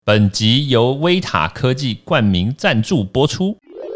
本集由威塔科技冠名赞助播出。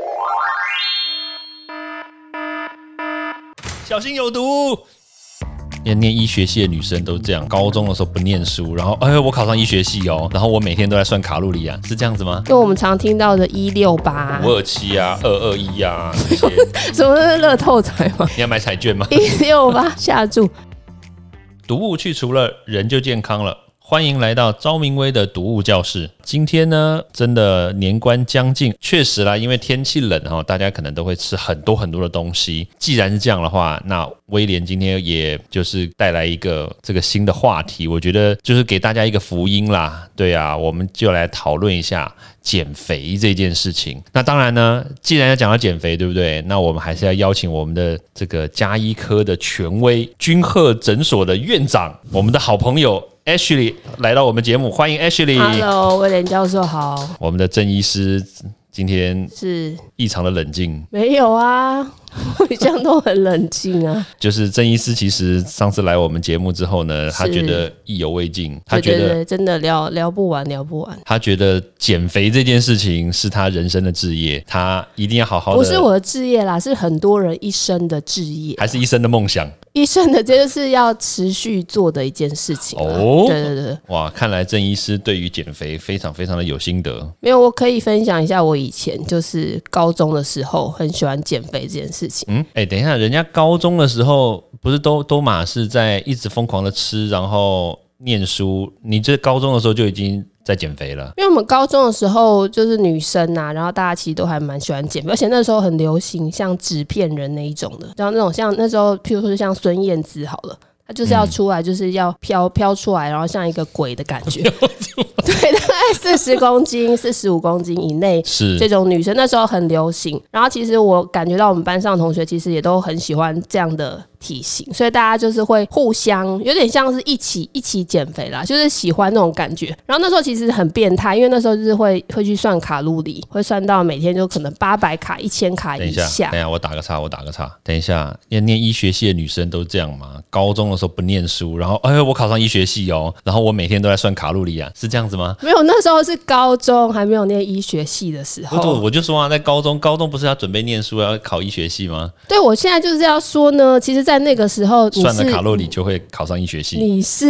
小心有毒！念医学系的女生都这样，高中的时候不念书，然后我考上医学系哦，然后我每天都在算卡路里啊，是这样子吗？ 就我们常听到的168、 527啊、221啊这些， 什么是乐透彩吗？ 你要买彩券吗 168下注， 毒物去除了，人就健康了。欢迎来到昭明威的毒物教室。今天呢，真的年关将近，确实啦，因为天气冷哈，大家可能都会吃很多的东西。既然是这样的话，那威廉今天也就是带来一个这个新的话题，我觉得就是给大家一个福音啦。对啊，我们就来讨论一下减肥这件事情。那当然呢，既然要讲到减肥，对不对？那我们还是要邀请我们的这个家医科的权威君鹤诊所的院长，我们的好朋友Ashley 来到我们节目，欢迎 Ashley。Hello， 威廉教授好。 我们的郑医师今天是异常的冷静。 没有啊，我这样都很冷静啊。 就是郑医师其实上次来我们节目之后呢，他觉得意犹未尽，他觉得对真的聊不完。 他觉得减肥这件事情是他人生的志业，他一定要好好的。 不是我的志业啦，是很多人一生的志业， 还是一生的梦想。 医生的这就是要持续做的一件事情哦。对， 哇，看来郑医师对于减肥非常的有心得。 没有，我可以分享一下我以前就是高中的时候很喜欢减肥这件事情。 等一下，人家高中的时候不是都马是在一直疯狂的吃，然后念书，你这高中的时候就已经在减肥了？ 因为我们高中的时候就是女生啊，然后大家其实都还蛮喜欢减肥，而且那时候很流行像纸片人那一种的，然后那种像那时候譬如说像孙燕姿好了，她就是要出来，就是要飘出来，然后像一个鬼的感觉。对，大概40公斤、45公斤以内是这种女生，那时候很流行。然后其实我感觉到我们班上的同学其实也都很喜欢这样的体型，所以大家就是会互相有点像是一起减肥啦，就是喜欢那种感觉。然后那时候其实很变态，因为那时候就是会去算卡路里，会算到每天就可能800卡、1000卡以下。 等一下，我打个岔。等一下，念医学系的女生都这样吗？高中的时候不念书，然后我考上医学系哦，然后我每天都在算卡路里啊，是这样子吗？ 没有，那时候是高中还没有念医学系的时候。 我就说啊，在高中不是要准备念书要考医学系吗？ 对，我现在就是要说呢，其实在那个时候算了卡路里就会考上医学系。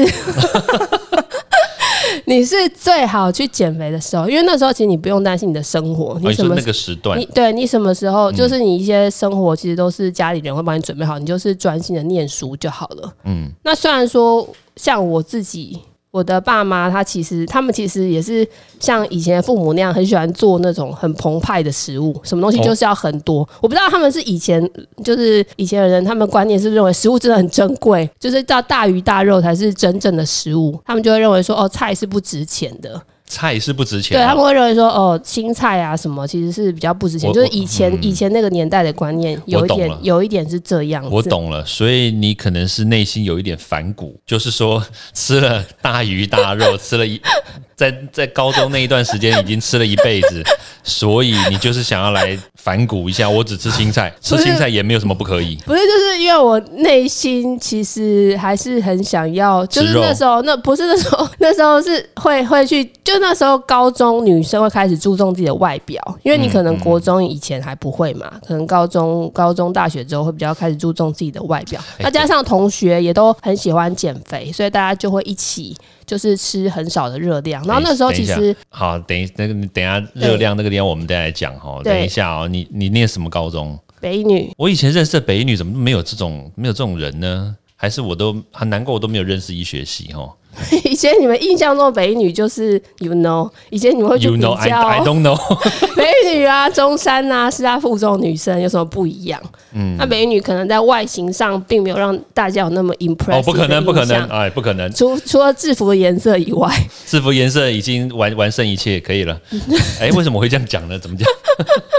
你是最好去减肥的时候，因为那时候其实你不用担心你的生活， 你说那个时段， 你什么时候就是你一些生活其实都是家里人会帮你准备好，你就是专心的念书就好了。那虽然说像我自己。我的爸妈他们其实也是像以前的父母那样很喜欢做那种很澎湃的食物，什么东西就是要很多。我不知道他们是以前的人，他们观念是认为食物真的很珍贵，就是到大鱼大肉才是真正的食物，他们就会认为说菜是不值钱的。 菜是不值钱， 对，他们会认为说青菜啊什么其实是比较不值钱，就是以前那个年代的观念有一点是这样子。 我懂了，所以你可能是内心有一点反骨，就是说吃了大鱼大肉，吃了在高中那一段时间已经吃了一辈子，所以你就是想要来反骨一下，我只吃青菜，吃青菜也没有什么不可以。 不是，就是因为我内心其实还是很想要，就是那时候那时候是会去，就那时候高中女生会开始注重自己的外表，因为你可能国中以前还不会嘛，可能高中大学之后会比较开始注重自己的外表，那加上同学也都很喜欢减肥，所以大家就会一起就是吃很少的热量。然后那时候其实好，等一下热量那个地方我们再来讲哈。等一下哦，你念什么高中？ 北一女。 我以前认识的北一女怎么没有这种人呢？还是我都很难过，我都没有认识医学系哈。 以前你们印象中的北一女就是以前你们会去比较 I don't know 北一女啊、中山啊、师大附中的女生有什么不一样？那北一女可能在外形上并没有让大家有那么 impressive 不可能，不可能。 除了制服的颜色以外， 制服颜色已经完胜一切，可以了。为什么我会这样讲呢？怎么讲？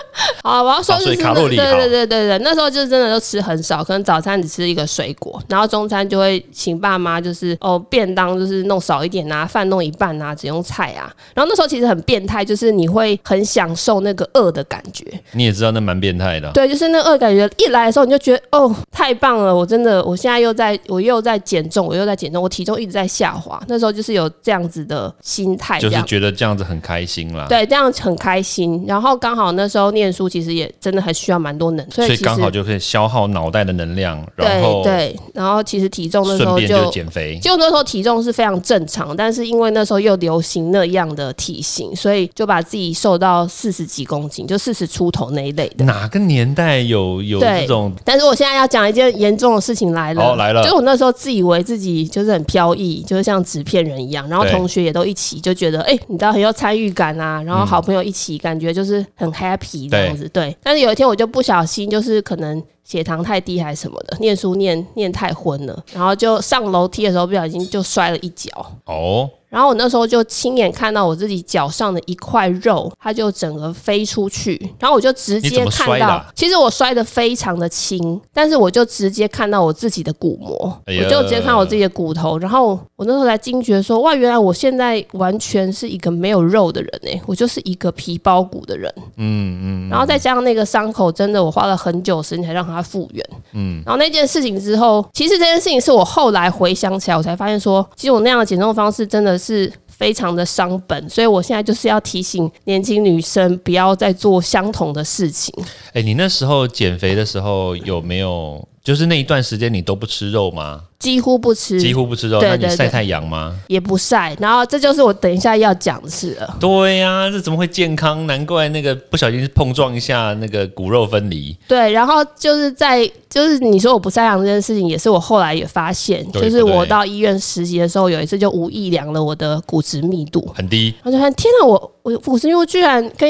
啊，我要说就是所以卡路里好。 对，那时候就真的都吃很少，可能早餐只吃一个水果，然后中餐就会请爸妈就是便当就是弄少一点啊，饭弄一半啊，只用菜啊。然后那时候其实很变态，就是你会很享受那个饿的感觉。 你也知道那蛮变态的。 对，就是那个饿感觉一来的时候，你就觉得太棒了，我现在又在减重，我体重一直在下滑。那时候就是有这样子的心态， 就是觉得这样子很开心啦。 对，这样很开心。然后刚好那时候念书，其实也真的很需要蛮多能， 所以刚好就可以消耗脑袋的能量。 对，然后其实体重那时候顺便就减肥。 就那时候体重是非常正常，但是因为那时候又流行那样的体型，所以就把自己瘦到40几公斤，就40出头那一类的。 哪个年代有这种？ 但是我现在要讲一件严重的事情来了， 来了， 就是我那时候自以为自己就是很飘逸，就是像纸片人一样，然后同学也都一起就觉得，你知道很有参与感啊，然后好朋友一起，感觉就是很 happy 这样子，对。但是有一天我就不小心，就是可能血糖太低还是什么的，念书念太昏了，然后就上楼梯的时候不小心就摔了一跤。然后我那时候就亲眼看到我自己脚上的一块肉，它就整个飞出去，然后我就直接看到，其实我摔得非常的轻，但是我就直接看到我自己的骨膜，我就直接看到我自己的骨头，然后我那时候才惊觉说，哇，原来我现在完全是一个没有肉的人我就是一个皮包骨的人。然后再加上那个伤口，真的我花了很久时间才让它复原。然后那件事情之后，其实这件事情是我后来回想起来，我才发现说，其实我那样的减重方式真的是非常的伤本，所以我现在就是要提醒年轻女生不要再做相同的事情。 你那时候减肥的时候有没有就是那一段时间你都不吃肉吗？ 几乎不吃肉。 那你晒太阳吗？ 也不晒。然后这就是我等一下要讲的事了。 对呀，这怎么会健康？难怪那个不小心碰撞一下那个骨肉分离。 对，然后就是你说我不晒阳这件事情，也是我后来也发现，就是我到医院实习的时候，有一次就无意量了我的骨质密度很低， 我就看天哪，我骨质密度居然跟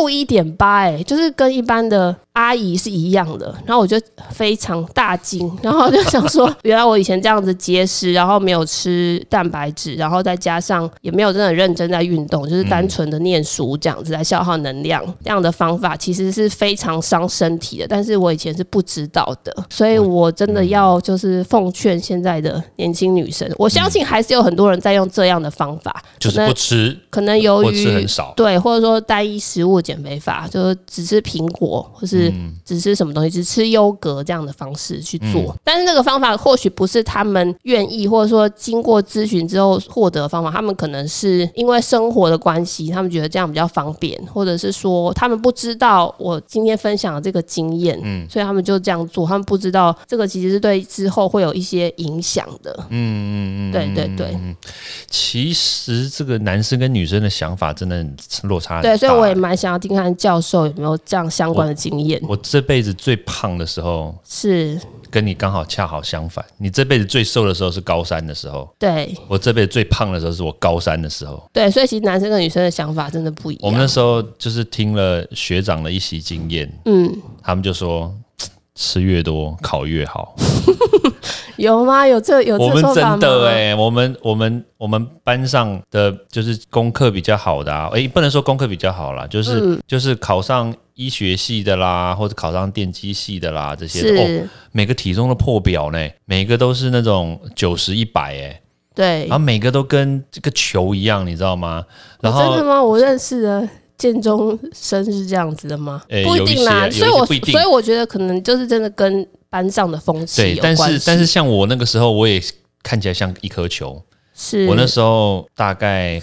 -1.8，就是跟一般的阿姨是一样的，然后我就非常大惊，然后就想说，原来我以前这样子节食，然后没有吃蛋白质，然后再加上也没有真的认真在运动，就是单纯的念书这样子来消耗能量，这样的方法其实是非常伤身体的，但是我以前是不知道的，所以我真的要就是奉劝现在的年轻女生，我相信还是有很多人在用这样的方法， 就是不吃， 可能由于或吃很少， 对，或者说单一食物减肥法，就是只吃苹果或是只吃什么东西，只吃优格这样的方式去做，但是这个方法或许不是他们愿意，或者说经过咨询之后获得的方法，他们可能是因为生活的关系，他们觉得这样比较方便，或者是说他们不知道我今天分享的这个经验，所以他们就这样做，他们不知道这个其实是对之后会有一些影响的。对。 其实这个男生跟女生的想法真的很落差很大。 对，所以我也蛮想要听看教授有没有这样相关的经验。 我这辈子最胖的时候是跟你刚好恰好相反，你这辈子最瘦的时候是高3的时候， 对， 我这辈子最胖的时候是我高3的时候。 对，所以其实男生跟女生的想法真的不一样。 我们那时候就是听了学长的一席经验，他们就说吃越多考越好。 有吗？有这说法吗？ 我们真的我们班上的就是功课比较好的啊，不能说功课比较好啦，就是考上医学系的啦，或者考上电机系的啦，这些每个体重都破表呢，每个都是那种90、100 对， 然后每个都跟这个球一样，你知道吗？然后真的吗？我认识的建中生是这样子的吗？不一定啦，所以我觉得可能就是真的跟班上的风气有关系。 对，但是像我那个时候，我也看起来像一颗球。 是我那时候大概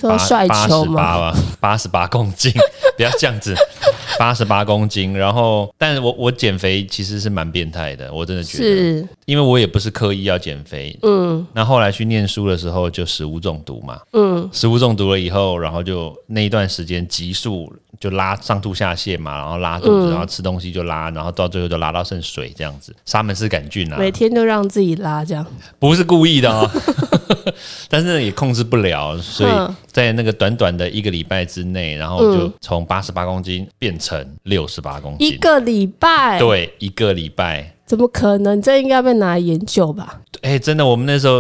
88公斤，不要这样子，88公斤。然后，但是我减肥其实是蛮变态的，我真的觉得，是因为我也不是刻意要减肥。那后来去念书的时候就食物中毒嘛，食物中毒了以后，然后就那一段时间急速就拉上吐下泻嘛，然后拉肚子，然后吃东西就拉，然后到最后就拉到剩水这样子，沙门氏杆菌啊， 每天都让自己拉这样， 不是故意的哦。但是也控制不了，所以在那个短短的1个礼拜之内，然后就从88公斤变成68公斤。 1个礼拜？ 对，1个礼拜。 怎么可能？这应该被拿来研究吧？ 真的，我们那时候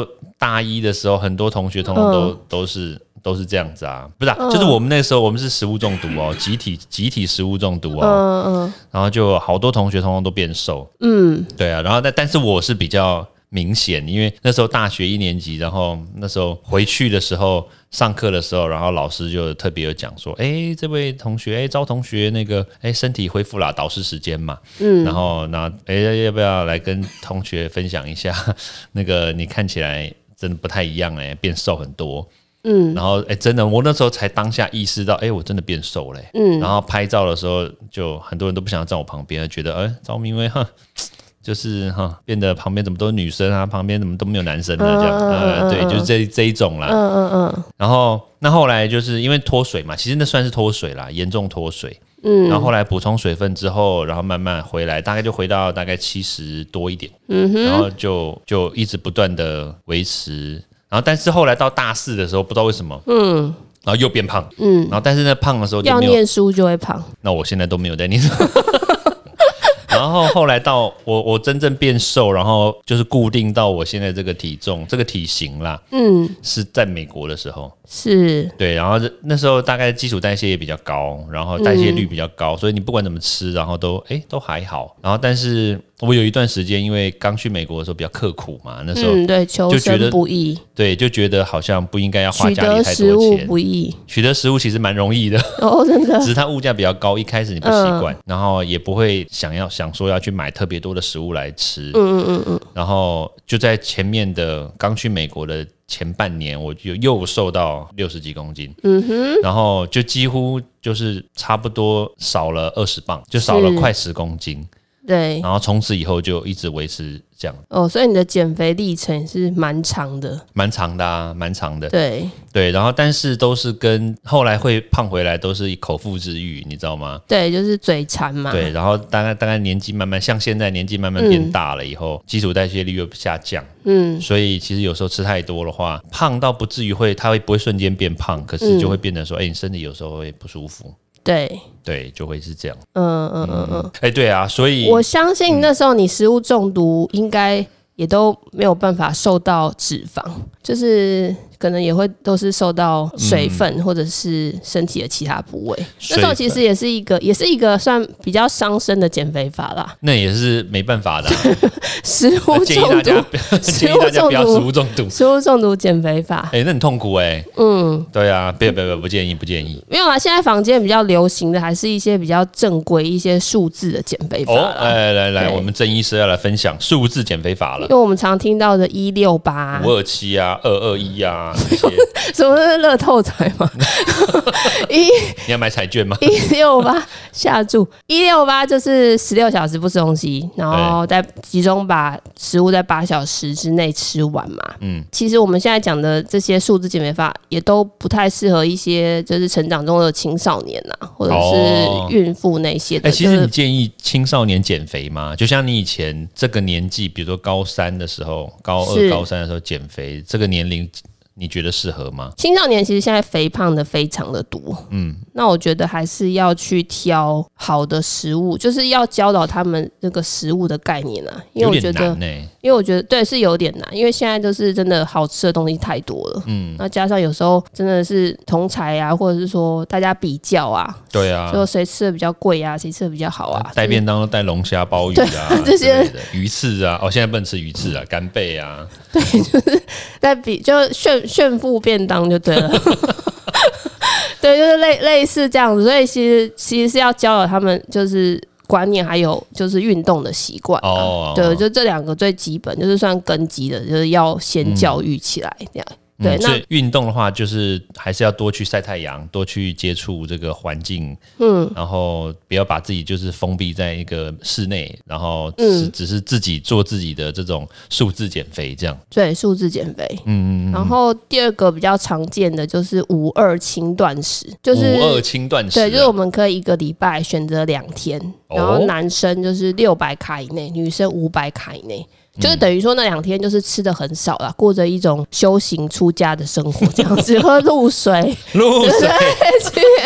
大一的时候，很多同学通通都是这样子啊，不是啊，就是我们那时候我们是食物中毒哦，集体食物中毒哦，然后就好多同学通通都变瘦，对啊，然后但是我是比较明显，因为那时候大学1年级，然后那时候回去的时候上课的时候，然后老师就特别有讲说，这位同学，招同学那个，身体恢复啦，导师时间嘛，然后要不要来跟同学分享一下，那个你看起来真的不太一样变瘦很多。然后真的，我那时候才当下意识到，我真的变瘦了。然后拍照的时候，就很多人都不想要站我旁边，觉得赵明威就是变得旁边怎么都是女生啊，旁边怎么都没有男生呢？这样，对，就是这一种啦。然后那后来就是因为脱水嘛，其实那算是脱水啦，严重脱水。然后后来补充水分之后，然后慢慢回来，大概就回到大概70多一点。然后就一直不断的维持。然后但是后来到大4的时候，不知道为什么，然后又变胖。然后但是那胖的时候就没有要念书就会胖。 那我现在都没有在念书。然后后来到我真正变瘦，然后就是固定到我现在这个体重、这个体型啦，是在美国的时候， 是对，然后那时候大概基础代谢也比较高，然后代谢率比较高，所以你不管怎么吃，然后都还好。然后但是我有一段时间，因为刚去美国的时候比较刻苦嘛，那时候对，求生不易， 对，就觉得好像不应该要花家里太多钱， 取得食物不易， 取得食物其实蛮容易的真的， 只是它物价比较高，一开始你不习惯，然后也不会想说要去买特别多的食物来吃，然后就在前面的刚去美国的前半年，我就又瘦到60几公斤，然后就几乎就是差不多少了20磅，就少了快10公斤。 对， 然后从此以后就一直维持这样。 所以你的减肥历程是蛮长的， 蛮长的啊，蛮长的。 对， 然后但是都是跟后来会胖回来，都是以口腹之欲，你知道吗？ 对，就是嘴馋嘛。 对，然后大概年纪慢慢，像现在年纪慢慢变大了以后，基础代谢率又下降，所以其实有时候吃太多的话，胖到不至于它不会瞬间变胖，可是就会变成说，你身体有时候会不舒服。对，就会是这样。对啊，所以我相信那时候你食物中毒应该也都没有办法受到脂肪，就是可能也会都是受到水分或者是身体的其他部位。那时候其实也是一个算比较伤身的减肥法啦。 那也是没办法的食物中毒，建议大家不要食物中毒。 食物中毒减肥法， 那很痛苦对啊，不建议。 没有啊，现在坊间比较流行的还是一些比较正规、一些数字的减肥法啦。 来，我们郑医师要来分享数字减肥法了。 因为我们常听到的168、 527啊、221啊这些， 什么是乐透彩吗？ 你要买彩券吗 ？168下注，168就是16小时不吃东西，然后再集中把食物在8小时之内吃完嘛。其实我们现在讲的这些数字减肥法也都不太适合一些就是成长中的青少年啊，或者是孕妇那些的。 其实你建议青少年减肥吗？就像你以前这个年纪，比如说高3的时候、高2、高3的时候减肥，这个年龄你觉得适合吗？ 青少年其实现在肥胖的非常的多，那我觉得还是要去挑好的食物，就是要教导他们这个食物的概念啊。因为我觉得，对是有点难，因为现在都是真的好吃的东西太多了，那加上有时候真的是同侪啊，或者是说大家比较啊， 对啊， 就谁吃的比较贵啊，谁吃的比较好啊， 带便当都带龙虾、鲍鱼啊，这些鱼翅啊，现在不能吃鱼翅啊，干贝啊， 对，就是在比就炫富便当就对了。对，就是类似这样子，所以其实是要教导他们就是观念，还有就是运动的习惯。对，就这2个最基本，就是算根基的，就是要先教育起来这样。对， 所以运动的话，就是还是要多去晒太阳，多去接触这个环境，然后不要把自己就是封闭在一个室内，然后只是自己做自己的这种数字减肥这样。 对，数字减肥。然后第2个比较常见的就是5-2轻断食，就是 5-2轻断食。 对，就是我们可以1个礼拜选择2天，然后男生就是600卡以内，女生500卡以内。就是等于说那2天就是吃的很少啦，过着一种修行出家的生活这样子，喝露水，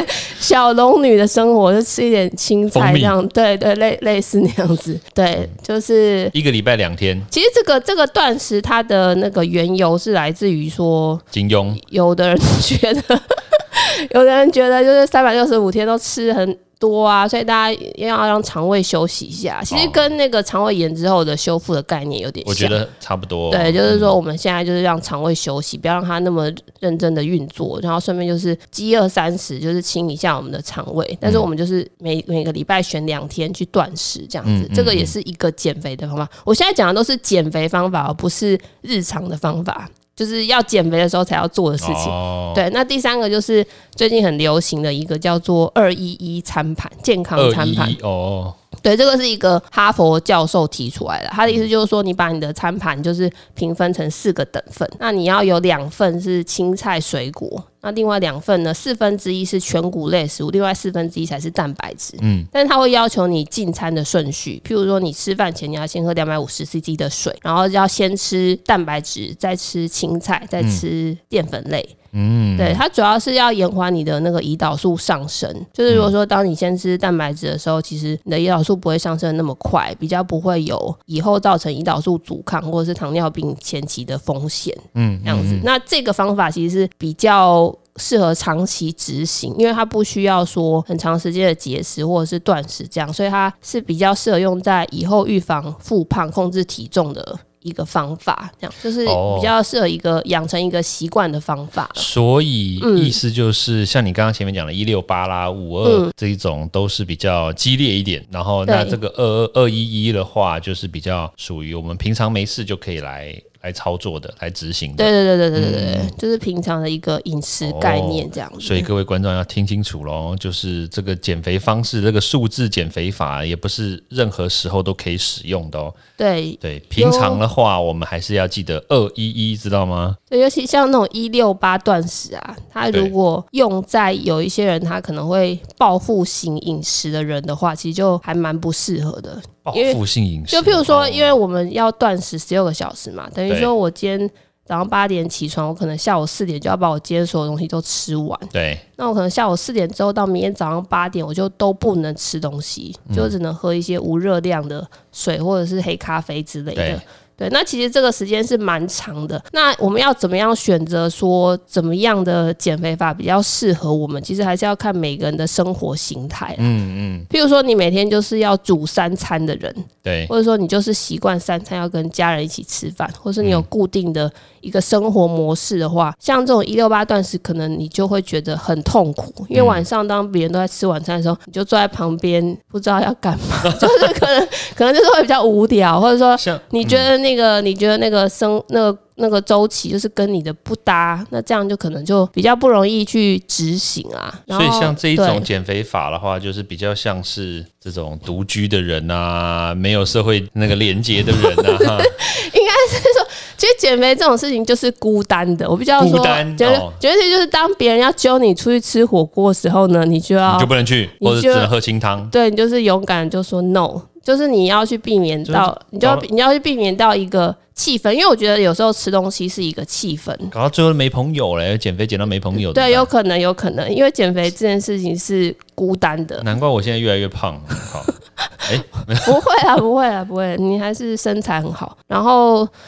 小龙女的生活，就吃一点青菜这样，对对，类似那样子，对，就是 1个礼拜2天。 其实这个断食它的那个缘由是来自于说金庸， 有的人觉得就是365天都吃很多啊，所以大家要让肠胃休息一下。其实跟那个肠胃炎之后的修复的概念有点像， 我觉得差不多。 对，就是说我们现在就是让肠胃休息，不要让它那么认真的运作，然后顺便就是饥饿30，就是清一下我们的肠胃。但是我们就是每个礼拜选2天去断食这样子，这个也是一个减肥的方法。我现在讲的都是减肥方法，而不是日常的方法。就是要减肥的时候才要做的事情。对，那第3个就是最近很流行的一个叫做211餐盘，健康餐盘。对，这个是一个哈佛教授提出来的，他的意思就是说，你把你的餐盘就是平分成4个等份，那你要有2份是青菜水果，那另外2份呢，1/4是全谷类食物，另外1/4才是蛋白质。但是他会要求你进餐的顺序，譬如说你吃饭前你要先喝250cc 的水，然后要先吃蛋白质，再吃青菜，再吃淀粉类。对，它主要是要延缓你的那个胰岛素上升，就是如果说当你先吃蛋白质的时候，其实你的胰岛素不会上升那么快，比较不会有以后造成胰岛素阻抗或者是糖尿病前期的风险。这样子。那这个方法其实是比较适合长期执行，因为它不需要说很长时间的节食或者是断食这样，所以它是比较适合用在以后预防复胖、控制体重的一个方法，这样就是比较适合养成一个习惯的方法。 所以意思就是像你刚刚前面讲的168啦、52这一种都是比较激烈一点，然后那这个211的话就是比较属于我们平常没事就可以来操作的，来执行的。 对，就是平常的一个饮食概念这样子。 所以各位观众要听清楚咯，就是这个减肥方式，这个数字减肥法也不是任何时候都可以使用的哦。对，平常的话我们还是要记得211，知道吗？对， 尤其像那种168断食啊，它如果用在有一些人他可能会报复性饮食的人的话，其实就还蛮不适合的。 报复性饮食， 就譬如说，因为我们要断食16个小时嘛，等于说我今天早上8点起床，我可能下午4点就要把我今天所有东西都吃完。对，那我可能下午4点之后到明天早上8点，我就都不能吃东西，就只能喝一些无热量的水或者是黑咖啡之类的。对，那其实这个时间是蛮长的。那我们要怎么样选择说怎么样的减肥法比较适合我们？其实还是要看每个人的生活形态。譬如说你每天就是要煮3餐的人，对，或者说你就是习惯3餐要跟家人一起吃饭，或是你有固定的一个生活模式的话，像这种168断食，可能你就会觉得很痛苦，因为晚上当别人都在吃晚餐的时候，你就坐在旁边不知道要干嘛，就是可能就是会比较无聊，或者说你觉得那个周期就是跟你的不搭，那这样就可能就比较不容易去执行啊。 所以像这一种减肥法的话，就是比较像是这种独居的人啊，没有社会那个连结的人啊。 应该是说，其实减肥这种事情就是孤单的。我比较说，觉得就是当别人要揪你出去吃火锅的时候呢，你就不能去， 或者只能喝清汤。 对，你就是勇敢就说 no。就是你要去避免到，你要去避免到一个气氛，因为我觉得有时候吃东西是一个气氛， 搞到最后没朋友了，减肥减到没朋友。 对，有可能，因为减肥这件事情是孤单的。 难怪我现在越来越胖。好， 不会，你还是身材很好。然后我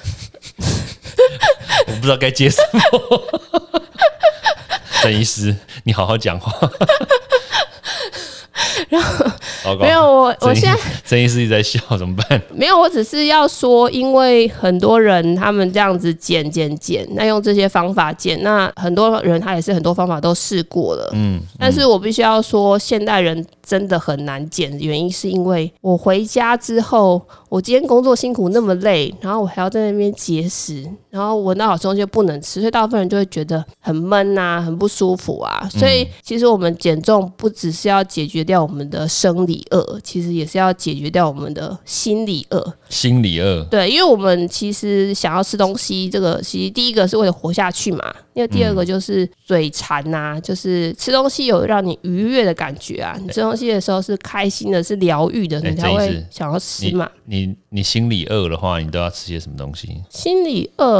不知道该接什么。郑医师，你好好讲话。 然后没有我现在郑医师一直在笑，怎么办？ 没有，我只是要说，因为很多人他们这样子减，那用这些方法减，那很多人他也是很多方法都试过了，但是我必须要说，现代人真的很难减，原因是因为我回家之后，我今天工作辛苦那么累，然后我还要在那边节食，然后闻到好吃东西就不能吃，所以大部分人就会觉得很闷啊，很不舒服啊。所以其实我们减重不只是要解决掉我们的生理饿，其实也是要解决掉我们的心理饿。对，因为我们其实想要吃东西，这个其实第一个是为了活下去嘛，因为第二个就是嘴馋啊，就是吃东西有让你愉悦的感觉啊，你吃东西的时候是开心的，是疗愈的，你才会想要吃嘛。 你心里饿的话，你都要吃些什么东西？ 心里饿，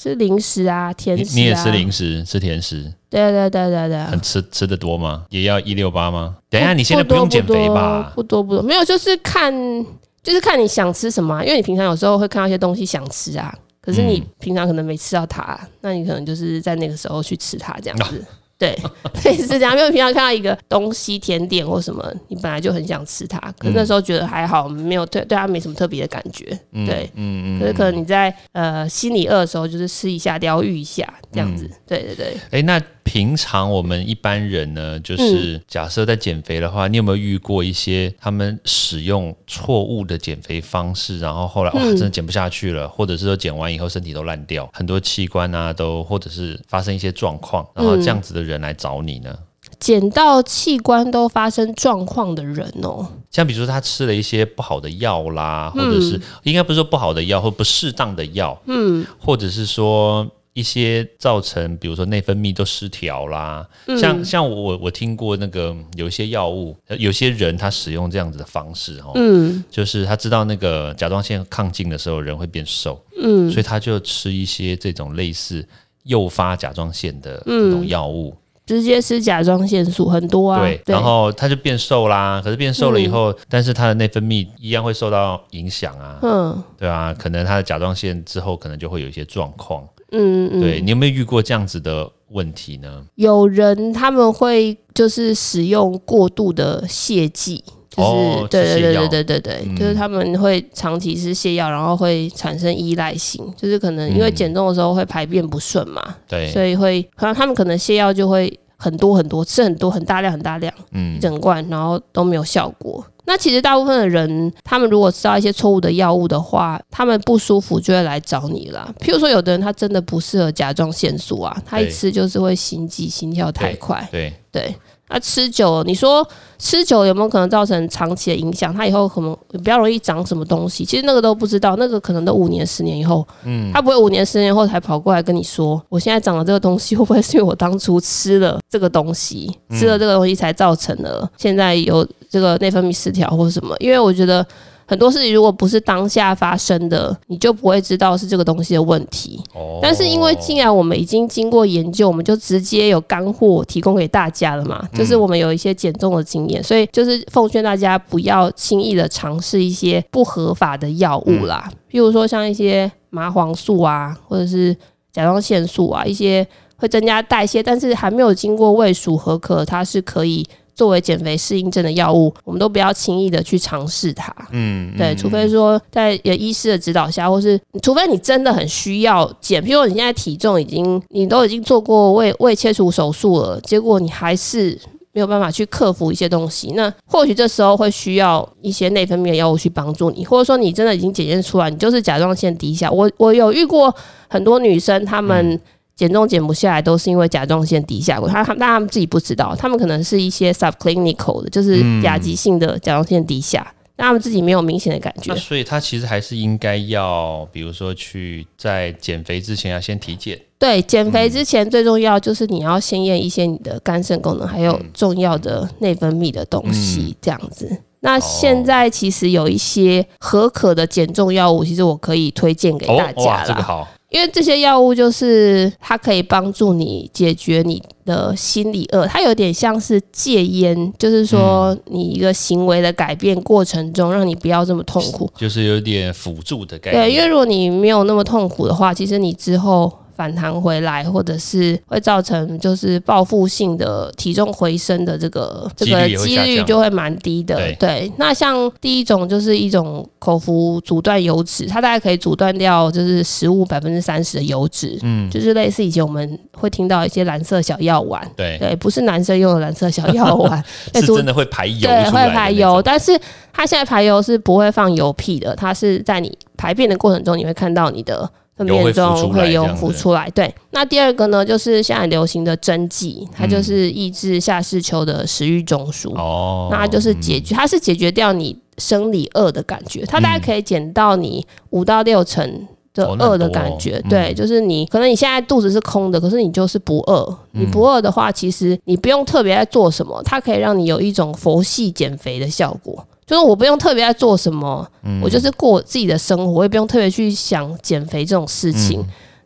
吃零食啊，甜食啊。 你也吃零食，吃甜食？ 对对对对对。 很吃得多吗？也要168吗？等一下，你现在不用减肥吧？ 不多，没有，就是看你想吃什么因为你平常有时候会看到一些东西想吃啊，可是你平常可能没吃到它，那你可能就是在那个时候去吃它这样子。对，类似这样，因为平常看到一个东西甜点或什么，你本来就很想吃它，可是那时候觉得还好，没有对它没什么特别的感觉。对，可是可能你在心里饿的时候，就是吃一下疗愈一下这样子。对对对。 那平常我们一般人呢，就是假设在减肥的话，你有没有遇过一些他们使用错误的减肥方式，然后后来真的减不下去了，或者是说减完以后身体都烂掉，很多器官啊都或者是发生一些状况，然后这样子的人来找你呢？ 减到器官都发生状况的人像比如说他吃了一些不好的药啦，或者是应该不是说不好的药或不适当的药，或者是说一些造成比如说内分泌都失调啦，像我听过那个有一些药物，有些人他使用这样子的方式就是他知道那个甲状腺亢进的时候人会变瘦，所以他就吃一些这种类似诱发甲状腺的这种药物。 直接吃甲状腺素很多啊， 对，然后他就变瘦啦。可是变瘦了以后，但是他的内分泌一样会受到影响啊。对啊，可能他的甲状腺之后可能就会有一些状况。对，你有没有遇过这样子的问题呢？ 有人他们会就是使用过度的泻剂。就是对，就是他们会长期吃泻药，然后会产生依赖性，就是可能因为减重的时候会排便不顺嘛，对，所以他们可能泻药就会很多吃很多很大量一整罐，然后都没有效果。那其实大部分的人，他们如果吃到一些错误的药物的话，他们不舒服就会来找你啦。譬如说，有的人他真的不适合甲状腺素啊，他一吃就是会心悸、心跳太快。对。那吃久了，你说吃久了有没有可能造成长期的影响？他以后可能比较容易长什么东西？其实那个都不知道，那个可能都5年、10年以后，他不会5年、10年后才跑过来跟你说，我现在长了这个东西，会不会是因为我当初吃了这个东西，才造成了现在有这个内分泌失调或什么？因为我觉得很多事情如果不是当下发生的，你就不会知道是这个东西的问题。但是因为既然我们已经经过研究，我们就直接有干货提供给大家了嘛，就是我们有一些减重的经验，所以就是奉劝大家不要轻易的尝试一些不合法的药物啦，譬如说像一些麻黄素啊，或者是甲状腺素啊，一些会增加代谢，但是还没有经过卫署核可，它是可以作为减肥适应症的药物，我们都不要轻易的去尝试它。对，除非说在医师的指导下，或是除非你真的很需要减，譬如你现在体重你都已经做过胃切除手术了，结果你还是没有办法去克服一些东西，那或许这时候会需要一些内分泌的药物去帮助你，或者说你真的已经检验出来你就是甲状腺低下。我有遇过很多女生，她们减重减不下来都是因为甲状腺低下过，但他们自己不知道，他们可能是一些 subclinical 的，就是亚急性的甲状腺低下，但他们自己没有明显的感觉。 那所以他其实还是应该要，比如说去在减肥之前要先体检。 对，减肥之前最重要就是你要先验一些你的肝肾功能，还有重要的内分泌的东西，这样子。那现在其实有一些合可的减重药物，其实我可以推荐给大家啦。 这个好。 因为这些药物就是它可以帮助你解决你的心理饿，它有点像是戒烟，就是说你一个行为的改变过程中，让你不要这么痛苦， 就是有点辅助的概念。 对，因为如果你没有那么痛苦的话，其实你之后反弹回来，或者是会造成就是报复性的体重回升的这个几率就会蛮低的。对，那像第一种就是一种口服阻断油脂，它大概可以阻断掉就是食物30%的油脂，就是类似以前我们会听到一些蓝色小药丸，对，不是男生用的蓝色小药丸， 是真的会排油出来的， 对，会排油，但是它现在排油是不会放油屁的，它是在你排便的过程中，你会看到你的粪便中会有浮出来。对，那第二个呢，就是现在流行的针剂，它就是抑制下视丘的食欲中枢。那它就是它是解决掉你生理饿的感觉，它大概可以减到你5到6成的饿的感觉。对，就是你可能你现在肚子是空的，可是你就是不饿。你不饿的话，其实你不用特别在做什么，它可以让你有一种佛系减肥的效果。就是我不用特别在做什么，我就是过自己的生活，我也不用特别去想减肥这种事情。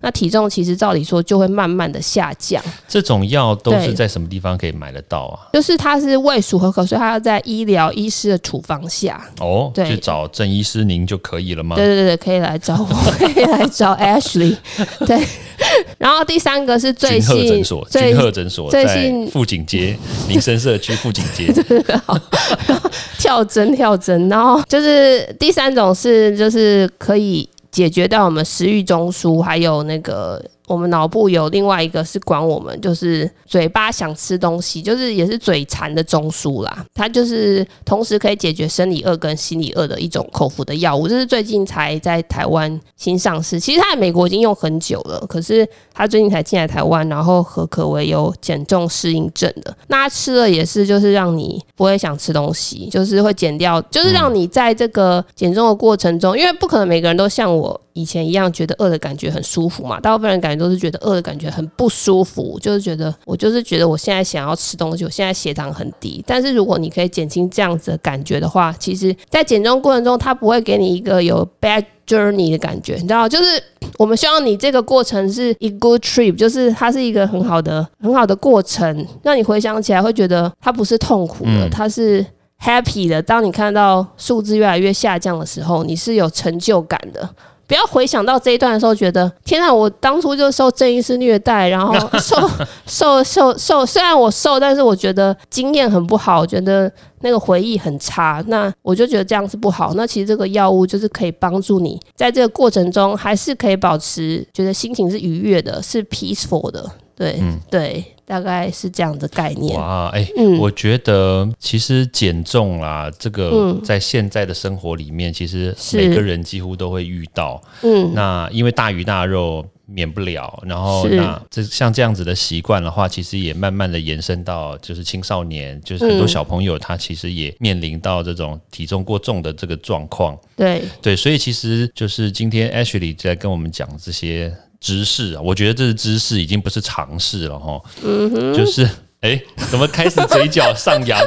那体重其实照理说就会慢慢的下降。 这种药都是在什么地方可以买得到啊？ 就是它是卫署合格，所以它要在医疗医师的处方下。 哦， 对， 就找郑医师您就可以了吗？ 对对对，可以来找我，可以来找 Ashley。对，然后第三个是最新君鹤诊所在富锦街民生社区富锦街。 对，好，跳针，然后就是第三种是就是可以解决到我们食欲中枢，还有那个我们脑部有另外一个是管我们就是嘴巴想吃东西，就是也是嘴馋的中枢啦。它就是同时可以解决生理饿跟心理饿的一种口服的药物，这是最近才在台湾新上市。其实它在美国已经用很久了，可是它最近才进来台湾，然后可为有减重适应症的。那它吃了也是就是让你不会想吃东西，就是会减掉，就是让你在这个减重的过程中，因为不可能每个人都像我以前一样觉得饿的感觉很舒服嘛，大部分人感觉都是觉得饿的感觉很不舒服，就是觉得我现在想要吃东西，我现在血糖很低。但是如果你可以减轻这样子的感觉的话，其实在减重过程中它不会给你一个有 bad journey 的感觉，你知道，就是我们希望你这个过程是一 good trip， 就是它是一个很好的过程，让你回想起来会觉得它不是痛苦的，它是happy 的。当你看到数字越来越下降的时候，你是有成就感的。不要回想到这一段的时候觉得天啊，我当初就受郑医师虐待，然后瘦，虽然我瘦，但是我觉得经验很不好，我觉得那个回忆很差，那我就觉得这样是不好。那其实这个药物就是可以帮助你在这个过程中还是可以保持觉得心情是愉悦的，是 peaceful 的。对，对，大概是这样的概念。 哇，我觉得其实减重啦，这个在现在的生活里面，其实每个人几乎都会遇到。那因为大鱼大肉免不了，然后那像这样子的习惯的话，其实也慢慢的延伸到就是青少年，就是很多小朋友他其实也面临到这种体重过重的这个状况。对，所以其实就是今天 Ashley 在跟我们讲这些知识啊，我觉得这是知识，已经不是常识了齁。就是怎么开始嘴角上扬？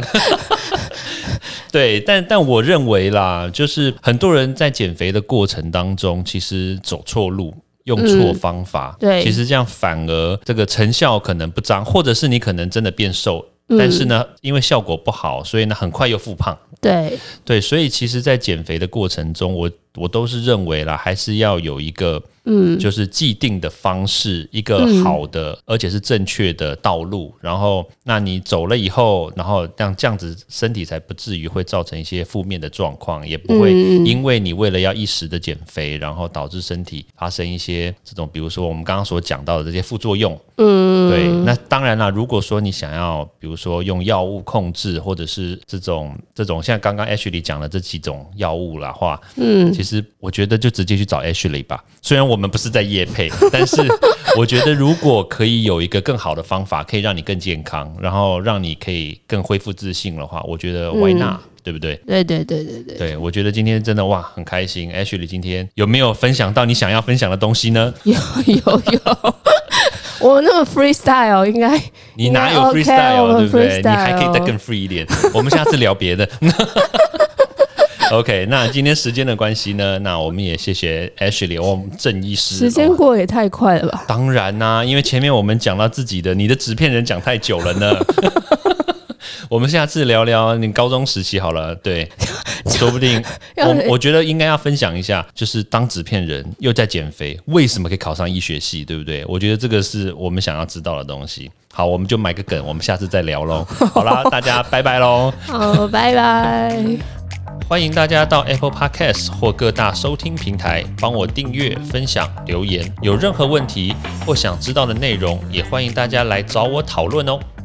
对，但我认为啦，就是很多人在减肥的过程当中，其实走错路。用错方法， 对， 其实这样反而这个成效可能不彰，或者是你可能真的变瘦，但是呢，因为效果不好，所以呢很快又复胖。对，所以其实在减肥的过程中，我都是认为啦，还是要有一个就是既定的方式，一个好的而且是正确的道路，然后那你走了以后，然后让这样子身体才不至于会造成一些负面的状况，也不会因为你为了要一时的减肥，然后导致身体发生一些这种比如说我们刚刚所讲到的这些副作用。对，那当然啦，如果说你想要比如说用药物控制，或者是这种像刚刚 Ashley 讲的这几种药物啦话，其实我觉得就直接去找 Ashley 吧。虽然我们不是在业配，但是我觉得如果可以有一个更好的方法，可以让你更健康，然后让你可以更恢复自信的话，我觉得 why not？对不对？对，我觉得今天真的哇很开心。Ashley 今天有没有分享到你想要分享的东西呢？ 有。我那么 freestyle 应该你哪有 freestyle， 对不对？你还可以再更 free 一点。我们下次聊别的。OK， 那今天时间的关系呢，那我们也谢谢 Ashley， 我们郑医师。 时间过也太快了吧？ 当然啦，因为前面我们讲到自己的，你的纸片人讲太久了呢。我们下次聊聊你高中时期好了，对，说不定我觉得应该要分享一下，就是当纸片人又在减肥，为什么可以考上医学系，对不对？我觉得这个是我们想要知道的东西。好，我们就买个梗，我们下次再聊咯。好啦，大家拜拜咯。 好，拜拜。 欢迎大家到 Apple Podcast 或各大收听平台帮我订阅、分享、留言。有任何问题或想知道的内容，也欢迎大家来找我讨论哦。